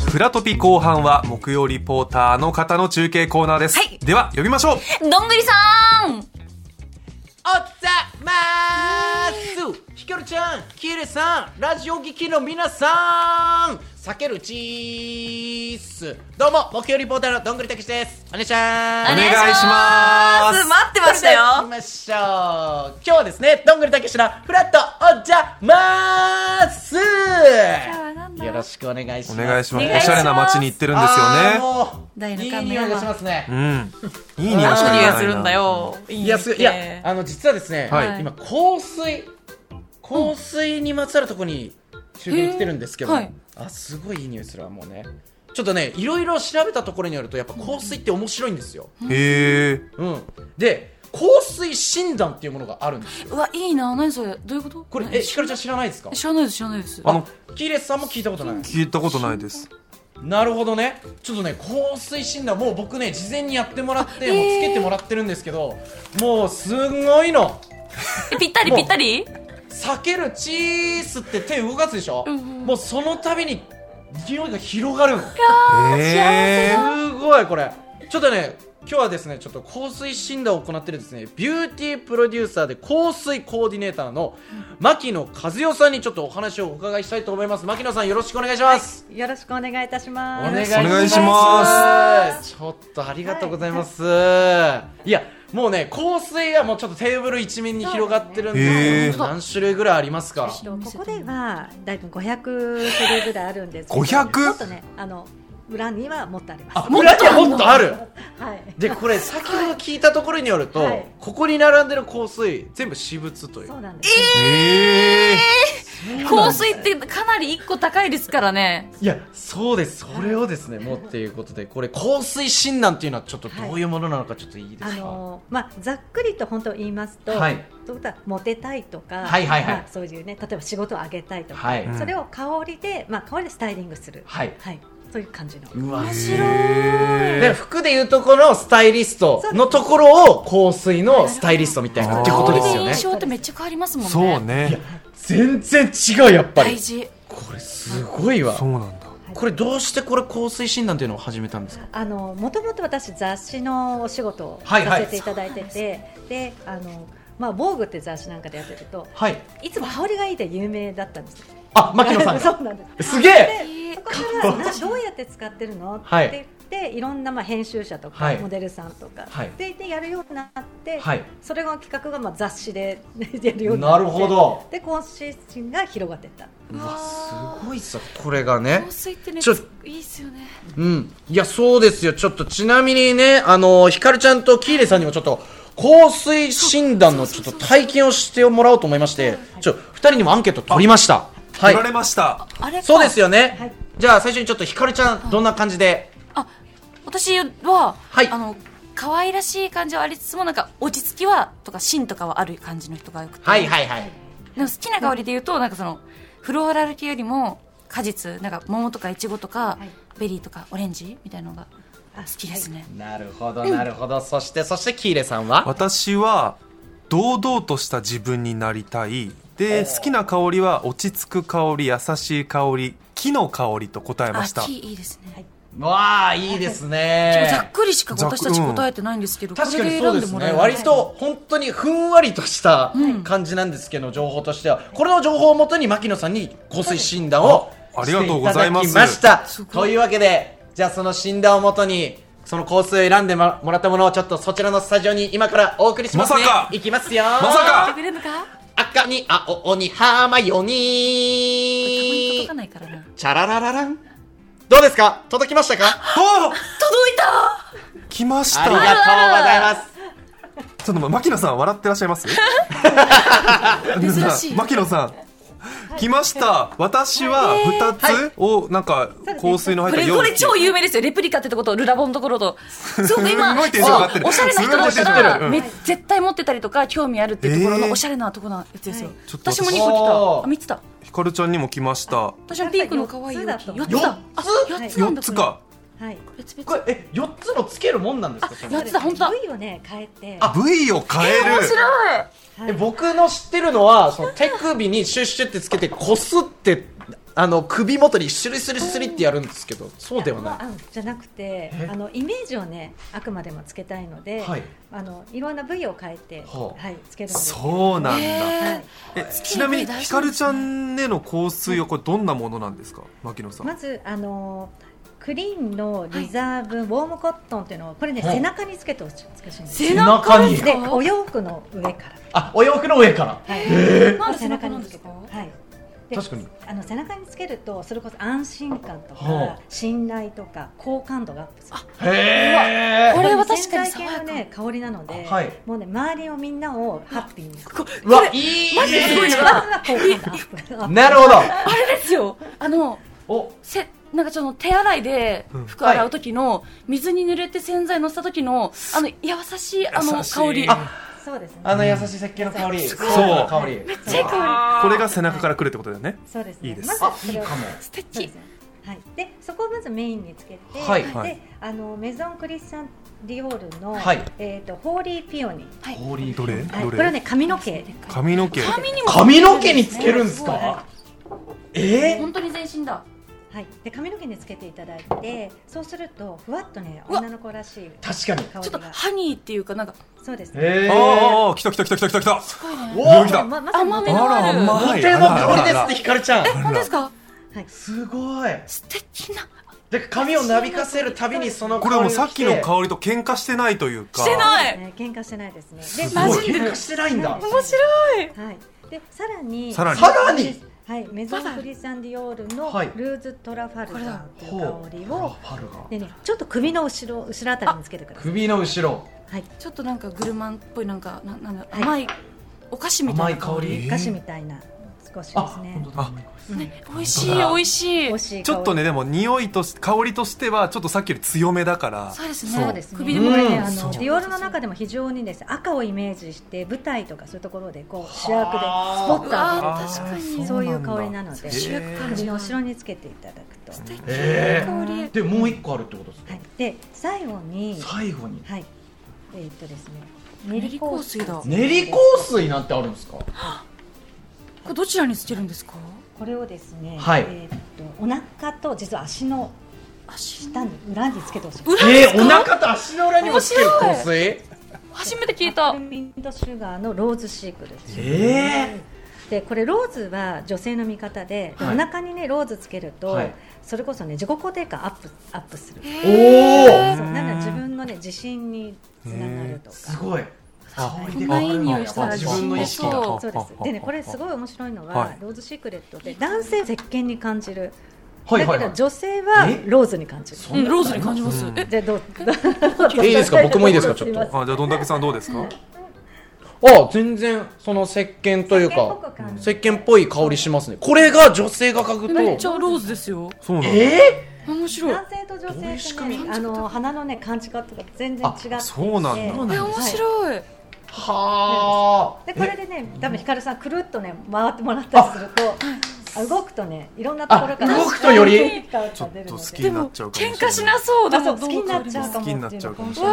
フラトピ後半は木曜リポーターの方の中継コーナーです、 はい、 では呼びましょう。 どんぐりさん、 おざまーす。ひかるちゃん、きいれさん、ラジオ聞きの皆さん、避けるチース。どうも木曜リポーターのどんぐりたけしです。お願いします。 お願いします。 待ってましたよ。 行きましょう。今日はですね、どんぐりたけしのフラットおじゃまーす。よろしくお願いします。 お願いします。おしゃれな街に行ってるんですよね。 もういい匂いがしますね。 うん。いい匂いしかないな。 するんだよ。 いや実はですね、 はい、 今香水にまつわるところに中継に来てるんですけど、はい、すごいいい匂いするわ。もうね、ちょっとね、いろいろ調べたところによるとやっぱ香水って面白いんですよ。 へえ。 うん。で、香水診断っていうものがあるんですよ。 うわ、いいな。何それ、どういうこと？ これひかるちゃん知らないですか？ 知らないです、知らないです。 キーレスさんも聞いたことない？ 聞いたことないです。 なるほどね。ちょっとね、香水診断もう僕ね、事前にやってもらってもうつけてもらってるんですけど、もうすごいの。 ぴったりぴったり。 避けるチースって手動かすでしょ、もうその度に匂いが広がるの。すごい。これちょっとね、今日はですね、ちょっと香水診断を行っているですね、ビューティープロデューサーで香水コーディネーターの牧野和代さんにちょっとお話をお伺いしたいと思います。牧野さん、よろしくお願いします。 はい、よろしくお願いいたします。 お願いします。 ちょっとありがとうございます。いや、もうね、香水はもうちょっとテーブル一面に広がってるんですけど、何種類ぐらいありますか？ ここではだいぶ500種類ぐらいあるんですけど、 500？ もっとね、裏にはもっとあります。 裏にはもっとある。 はい。 で、これ先ほど聞いたところによると、 はい、 ここに並んでる香水全部私物という。 そうなんです。 香水ってかなり1個高いですからね。 いや、そうです。それをですね、もうっていうことで、これ香水診断っていうのはちょっとどういうものなのかちょっといいですか？ ざっくりと本当言いますと、 はい、 ということはモテたいとか、そういうね、例えば仕事を上げたいとか、はい、それを香りでスタイリングする。はい。はい、そういう感じの。 面白い。 で、服でいうところのスタイリストのところを香水のスタイリストみたいなってことですよね。 印象ってめっちゃ変わりますもんね。 そうね。 いや、全然違う、やっぱり。 大事。 これすごいわ。 そうなんだ。 これどうしてこれ香水診断っていうのを始めたんですか？ もともと私雑誌のお仕事をさせていただいてて、で、ボーグって雑誌なんかでやってると、はい、いつも香りがいいで有名だったんですよ。 牧野さんが。 そうなんです。 すげえ。 そこからどうやって使ってるのって言っていろんな編集者とかモデルさんとかでやるようになって、それが企画が雑誌でやるようになって、なるほど。で香水が広がっていった。 うわ、すごいさ、これがね。 香水ってね、いいっすよね。 うん、いや、そうですよ。ちょっとちなみにね、ひかるちゃんとキーレさんにもちょっと香水診断のちょっと体験をしてもらおうと思いまして、2人にもアンケート取りました。 取られました。 そうですよね。はい、じゃあ最初にちょっとひかるちゃん、どんな感じで？ 私は、可愛らしい感じはありつつも、なんか落ち着きはとか芯とかはある感じの人がよくて、でも好きな香りで言うと、なんかそのフローラル系よりも果実、なんか桃とかイチゴとか、ベリーとかオレンジみたいなのが好きですね。 なるほどなるほど。そしてキーレさんは？ 私は堂々とした自分になりたい。で、好きな香りは落ち着く香り、優しい香り、木の香りと答えました。 木いいですね。 わあ、いいですね。 ざっくりしか私たち答えてないんですけど、 確かにそうですね。割と本当にふんわりとした感じなんですけど、情報としてはこれの情報をもとに牧野さんに香水診断をしていただきました。というわけで、じゃあその診断をもとにその香水を選んでもらったものをちょっとそちらのスタジオに今からお送りしますね。いきますよ。 まさか赤に青にハーマヨニー。 届かないからな。 チャララララン。どうですか？届きましたか？ 届いた。 来ました。 ありがとうございます。 ちょっと牧野さん笑ってらっしゃいます？ 珍しい。 牧野さん。来ました。私は2つをなんか香水の入ったこれ超有名ですよ。レプリカってとことルラボンのところと、すごく今おしゃれな人だったら絶対持ってたりとか興味あるっていうところのおしゃれなところのやつですよ。私も2個来た。3つだ。 ひかるちゃんにも来ました。 私はピンクの可愛い4つだ。 4つか。 はい、 これ4つのつけるもんなんですか ？4つだ、本当だ。 部位をね変えて。 部位を変える。 面白い。 僕の知ってるのはその手首にシュッシュってつけてこすって首元にシュリシュリシュリってやるんですけど、そうではない。 じゃなくて、イメージをね、あくまでもつけたいので、いろんな部位を変えて、つけるんです。 そうなんだ。ちなみにひかるちゃんへの香水はこれどんなものなんですか、牧野さん。 まずクリーンのリザーブウォームコットンっていうのをこれね、背中につけてほしいんです。 背中にで、お洋服の上から。 お洋服の上から。 なんで背中につけた？ 確かに背中につけるとそれこそ安心感とか信頼とか好感度がアップする。 へー、これは確かに爽やかな香りなので、もうね、周りをみんなをハッピーにする。 うわ、いいなるほど。 あれですよ、なんかちょっと手洗いで服洗う時の水に濡れて洗剤のせた時の優しい香り。 そうですね。 優しい石鹸の香り。 そう。 香り。 めっちゃいい香り。これが背中から来るってことだよね。 そうですね。 いいです。 いいかも。 素敵。 はい。で、そこをまずメインにつけて、で、メゾンクリスチャンディオールのホーリーピオニ。 ホーリーどれ？ これはね、髪の毛。 髪の毛。 髪の毛につけるんですか？ 本当に全身だ。 はい、で髪の毛につけていただいて、そうするとふわっとね、女の子らしい確かにちょっとハニーっていうか、なんかそうですね。 来た来た来た来た来た来た。 すごいね。甘みのあるモテの香りですって、ひかるちゃん。 本当ですか？ はい。 すごい素敵な。 で、髪をなびかせるたびにそのこれもさっきの香りと喧嘩してないというか。 してない。 喧嘩してないですね。 で、マジで喧嘩してないんだ。 面白い。 はい。で、さらにはい、メゾンクリスチャンディオールのルーズトラファルガーという香りを、でね、ちょっと首の後ろあたりにつけてください。 首の後ろ。 はい。 ちょっとなんかグルマンっぽい、なんか甘いお菓子みたいな香り。 お菓子みたいな少しですね。 美味しい美味しい。 ちょっとね、でも匂いと香りとしてはちょっとさっきより強めだから。 そうですね。 そうですね。首でもね、ディオールの中でも非常にですね、赤をイメージして舞台とかそういうところでこう主役でスポット当てる、そういう香りなので、首の後ろにつけていただくと。 素敵な香り。 でもう一個あるってことですか？ で、最後にはい、ですね、 練り香水だ。 練り香水なんてあるんですか？ これどちらにつけるんですか？ これをですね、お腹と実は足の下に裏につけてほしい。 お腹と足の裏にもつける香水？ 初めて聞いた。 アルミンドシュガーのローズシークルです。で、これローズは女性の味方で、お腹にねローズつけると、それこそね自己肯定感アップする。そうなので自分のね自信につながるとか。 すごい。 こんないい匂いしたら自分の意識が。 そうです。でね、これすごい面白いのはローズシークレットで男性石鹸に感じる。だけど女性はローズに感じる。 ローズに感じます。 じゃあどう？ いいですか？僕もいいですか？ちょっと。 じゃあどんだけさんどうですか？ 全然その石鹸というか石鹸っぽい香りしますね。これが女性が嗅ぐとめっちゃローズですよ。 そうなんだ。 面白い。 男性と女性ってね、鼻のね感じ方とか全然違ってて。 そうなんだ。 面白い。 はあ。でこれでね、多分ひかるさんくるっとね回ってもらったりすると、動くとね、いろんなところから動くとよりちょっと好きになっちゃうかもしれない。 喧嘩しなそうだもん。 好きになっちゃうかも。 好きになっちゃうかもしれない。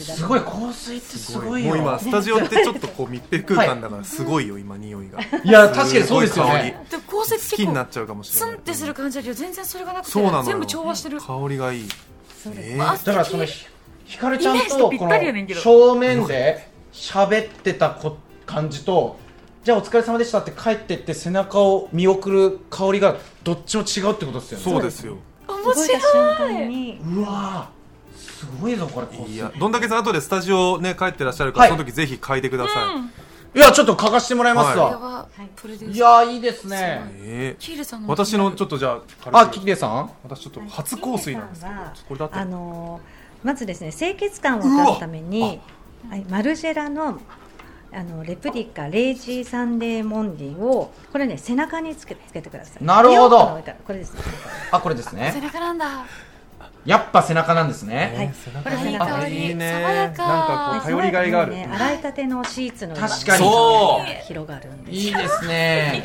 すごい香水ってすごいよ。 もう今スタジオってちょっとこう密閉空間だからすごいよ今匂いが。 いや確かにそうですよね。 で香水好きになっちゃうかもしれない。 ツンってする感じだけど全然それがなくて全部調和してる。 香りがいい。 だからそのひかるちゃんとこの正面で喋ってた感じと、じゃあお疲れ様でしたって帰ってって背中を見送る香りがどっちも違うってことですよね。 そうですよ。 面白い。 うわーすごいぞこれ。 いや、どんだけさん後でスタジオね帰ってらっしゃるから、その時ぜひ嗅いでください。いやちょっと嗅がしてもらいますわ。いやいいですね。 私のちょっとじゃあキーレさん、 私ちょっと初香水なんですけど、これだってまずですね、清潔感を出すためにマルジェラのレプリカレイジーサンデーモンディをこれね背中につけてください。 なるほど。 これですね。 これですね。 背中なんだ。 やっぱ背中なんですね。 はい。これ背中。 いいね。 爽やか。 なんかこう頼りがいがある。 洗いたてのシーツのように広がるんです。 いいですね。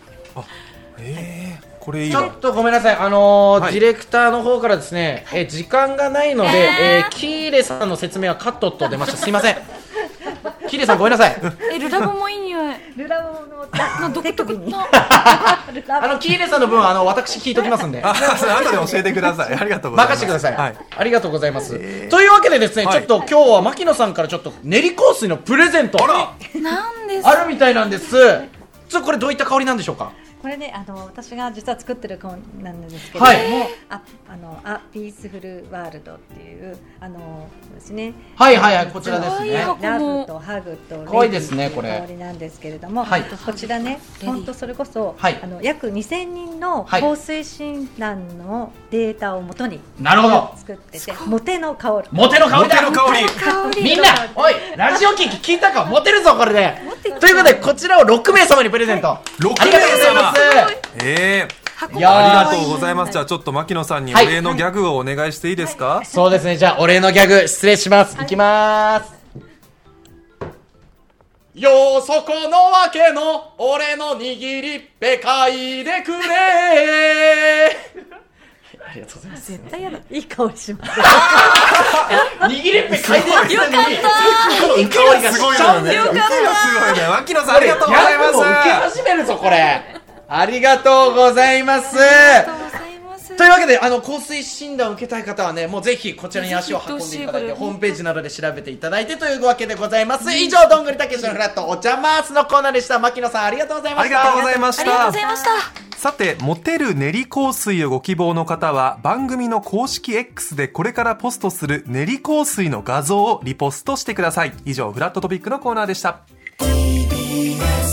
これいい。 ちょっとごめんなさい。ディレクターの方からですね、時間がないので、キーレさんの説明はカットと出ました。すいません。キーレさんごめんなさい。 ルラボもいい匂い。 ルラボの手首にキーレさんの分は私聞いときますんで後で教えてください。ありがとうございます。 任せてください、はい、ありがとうございます、というわけでですね、ちょっと今日は牧野さんからちょっと練り香水のプレゼントなんですあるみたいなんです。これどういった香りなんでしょうか。 これね、私が実は作ってる香りなんですけれども、アピースフルワールドっていうですね、 はいはいはい、こちらですね。 ラブとハグと可愛いですね、これ香りなんですけれども、こちらね、本当それこそ約2000人の香水診断のデータをもとに作ってて、モテの香り、 モテの香りだ、みんな、おい、ラジオ聞いたか、モテるぞこれで。ということでこちらを6名様にプレゼント。 6名様。ありがとうございます。じゃあちょっと牧野さんにお礼のギャグをお願いしていいですか。 そうですね、じゃあお礼のギャグ失礼します。いきまーす。よそこのわけの俺の握りっぺ嗅いでくれありがとうございます。 絶対やだ。いい香りします。 握りっぺ嗅いでくれのに、 よかったいい香りがしちゃうんですよ。 すごいね。牧野さんありがとうございます。 ギャグも受け始めるぞこれ。ありがとうございます。というわけで香水診断を受けたい方はね、もうぜひこちらに足を運んでいただいて、ホームページなどで調べていただいてというわけでございます。以上、どんぐりたけしのフラットお茶マースのコーナーでした。牧野さんありがとうございました。 ありがとうございました。 ありがとうございました。 さて、モテる練り香水をご希望の方は番組の公式 X でこれからポストする練り香水の画像をリポストしてください。以上、フラットトピックのコーナーでした。